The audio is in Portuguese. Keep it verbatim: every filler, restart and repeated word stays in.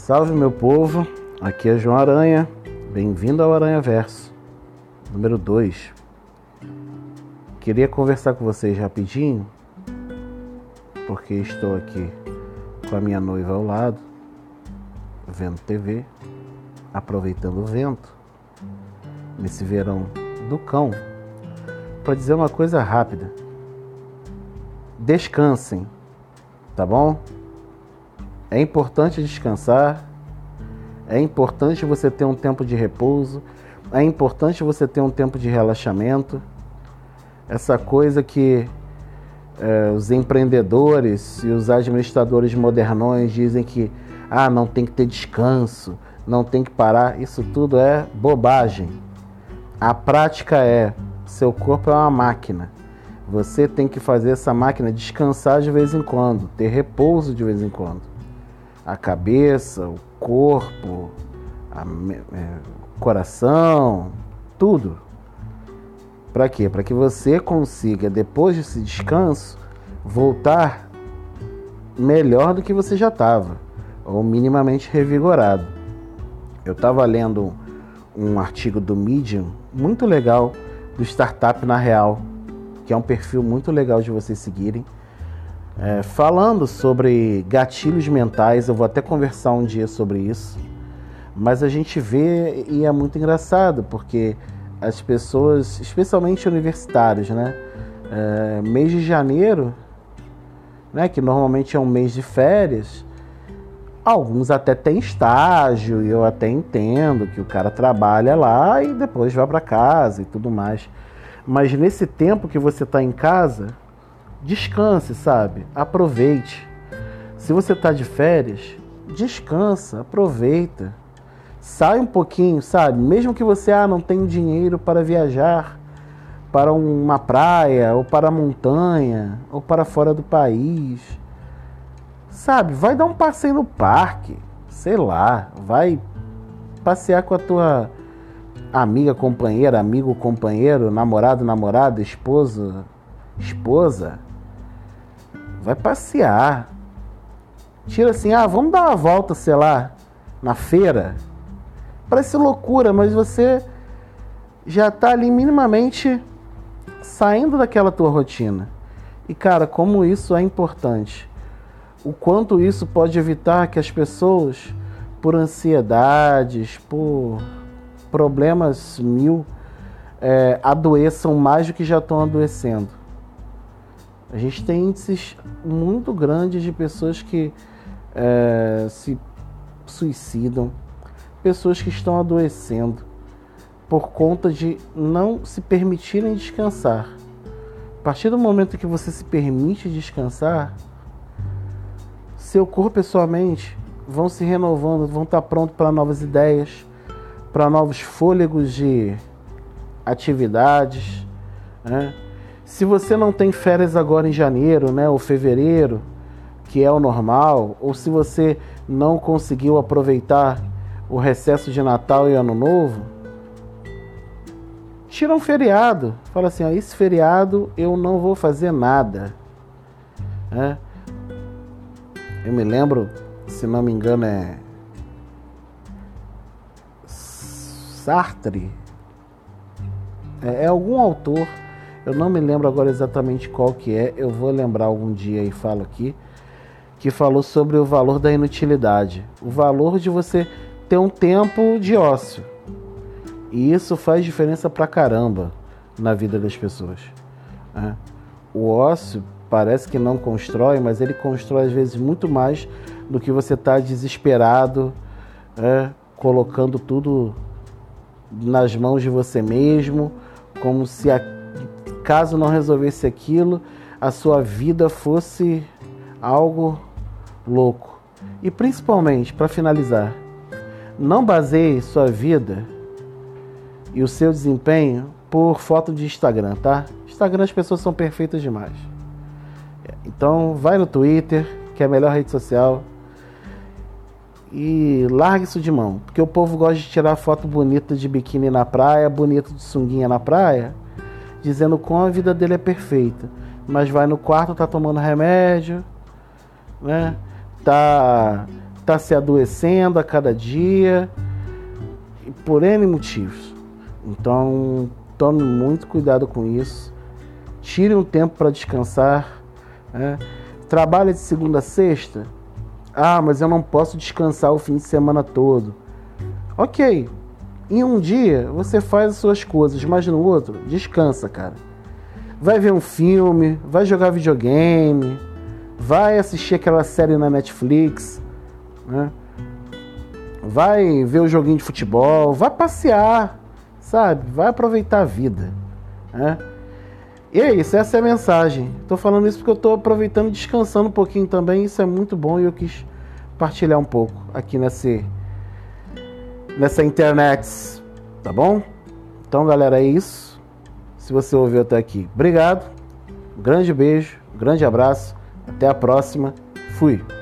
Salve, meu povo, aqui é João Aranha, bem-vindo ao Aranha Verso, número dois. Queria conversar com vocês rapidinho, porque estou aqui com a minha noiva ao lado, vendo T V, aproveitando o vento, nesse verão do cão, para dizer uma coisa rápida. Descansem, tá bom? É importante descansar, é importante você ter um tempo de repouso, é importante você ter um tempo de relaxamento. Essa coisa que é, os empreendedores e os administradores modernões dizem que ah, não tem que ter descanso, não tem que parar, isso tudo é bobagem. A prática é, seu corpo é uma máquina. Você tem que fazer essa máquina descansar de vez em quando, ter repouso de vez em quando. A cabeça, o corpo, a, é, o coração, tudo. Para quê? Para que você consiga, depois desse descanso, voltar melhor do que você já estava, ou minimamente revigorado. Eu estava lendo um, um artigo do Medium, muito legal, do Startup na Real, que é um perfil muito legal de vocês seguirem, é, falando sobre gatilhos mentais. Eu vou até conversar um dia sobre isso, mas a gente vê e é muito engraçado, porque as pessoas, especialmente universitários, né, é, mês de janeiro, né, que normalmente é um mês de férias, alguns até têm estágio, e eu até entendo que o cara trabalha lá e depois vai para casa e tudo mais. Mas nesse tempo que você está em casa, descanse, sabe? Aproveite. Se você está de férias, descansa, aproveita. Sai um pouquinho, sabe? Mesmo que você ah, não tenha dinheiro para viajar para uma praia, ou para a montanha, ou para fora do país, sabe? Vai dar um passeio no parque, sei lá, vai passear com a tua amiga, companheira, amigo, companheiro, namorado, namorada, esposa, esposa. Vai passear. Tira assim, ah, vamos dar uma volta, sei lá, na feira. Parece loucura, mas você já tá ali minimamente saindo daquela tua rotina. E cara, como isso é importante. O quanto isso pode evitar que as pessoas, por ansiedades, por problemas mil, é, adoeçam mais do que já estão adoecendo. A gente tem índices muito grandes de pessoas que é, se suicidam, pessoas que estão adoecendo por conta de não se permitirem descansar. A partir do momento que você se permite descansar, seu corpo e sua mente vão se renovando, vão estar prontos para novas ideias, para novos fôlegos de atividades, né? Se você não tem férias agora em janeiro, né, ou fevereiro, que é o normal, ou se você não conseguiu aproveitar o recesso de Natal e Ano Novo, tira um feriado. Fala assim, ó, esse feriado eu não vou fazer nada, né? Eu me lembro, se não me engano, é Sartre, é, é algum autor, eu não me lembro agora exatamente qual que é, eu vou lembrar algum dia e falo aqui, que falou sobre o valor da inutilidade, o valor de você ter um tempo de ócio. E isso faz diferença pra caramba na vida das pessoas, né? O ócio parece que não constrói, mas ele constrói às vezes muito mais do que você tá desesperado, né, colocando tudo nas mãos de você mesmo, como se a, caso não resolvesse aquilo, a sua vida fosse algo louco. E principalmente, para finalizar, não baseie sua vida e o seu desempenho por foto de Instagram, tá? Instagram, as pessoas são perfeitas demais. Então vai no Twitter, que é a melhor rede social, e larga isso de mão, porque o povo gosta de tirar foto bonita de biquíni na praia, bonito de sunguinha na praia, dizendo como a vida dele é perfeita, mas vai no quarto, tá tomando remédio, né? Tá está se adoecendo a cada dia, e por N motivos. Então, tome muito cuidado com isso. Tire um tempo para descansar. Né? Trabalha de segunda a sexta? Ah, mas eu não posso descansar o fim de semana todo. Ok. Em um dia, você faz as suas coisas, mas no outro, descansa, cara. Vai ver um filme, vai jogar videogame, vai assistir aquela série na Netflix, né? Vai ver o joguinho de futebol, vai passear, sabe? Vai aproveitar a vida, né? E é isso, essa é a mensagem. Tô falando isso porque eu tô aproveitando e descansando um pouquinho também. Isso é muito bom e eu quis partilhar um pouco aqui nesse, nessa internet, tá bom? Então, galera, é isso. Se você ouviu até aqui, obrigado. Um grande beijo, um grande abraço. Até a próxima. Fui.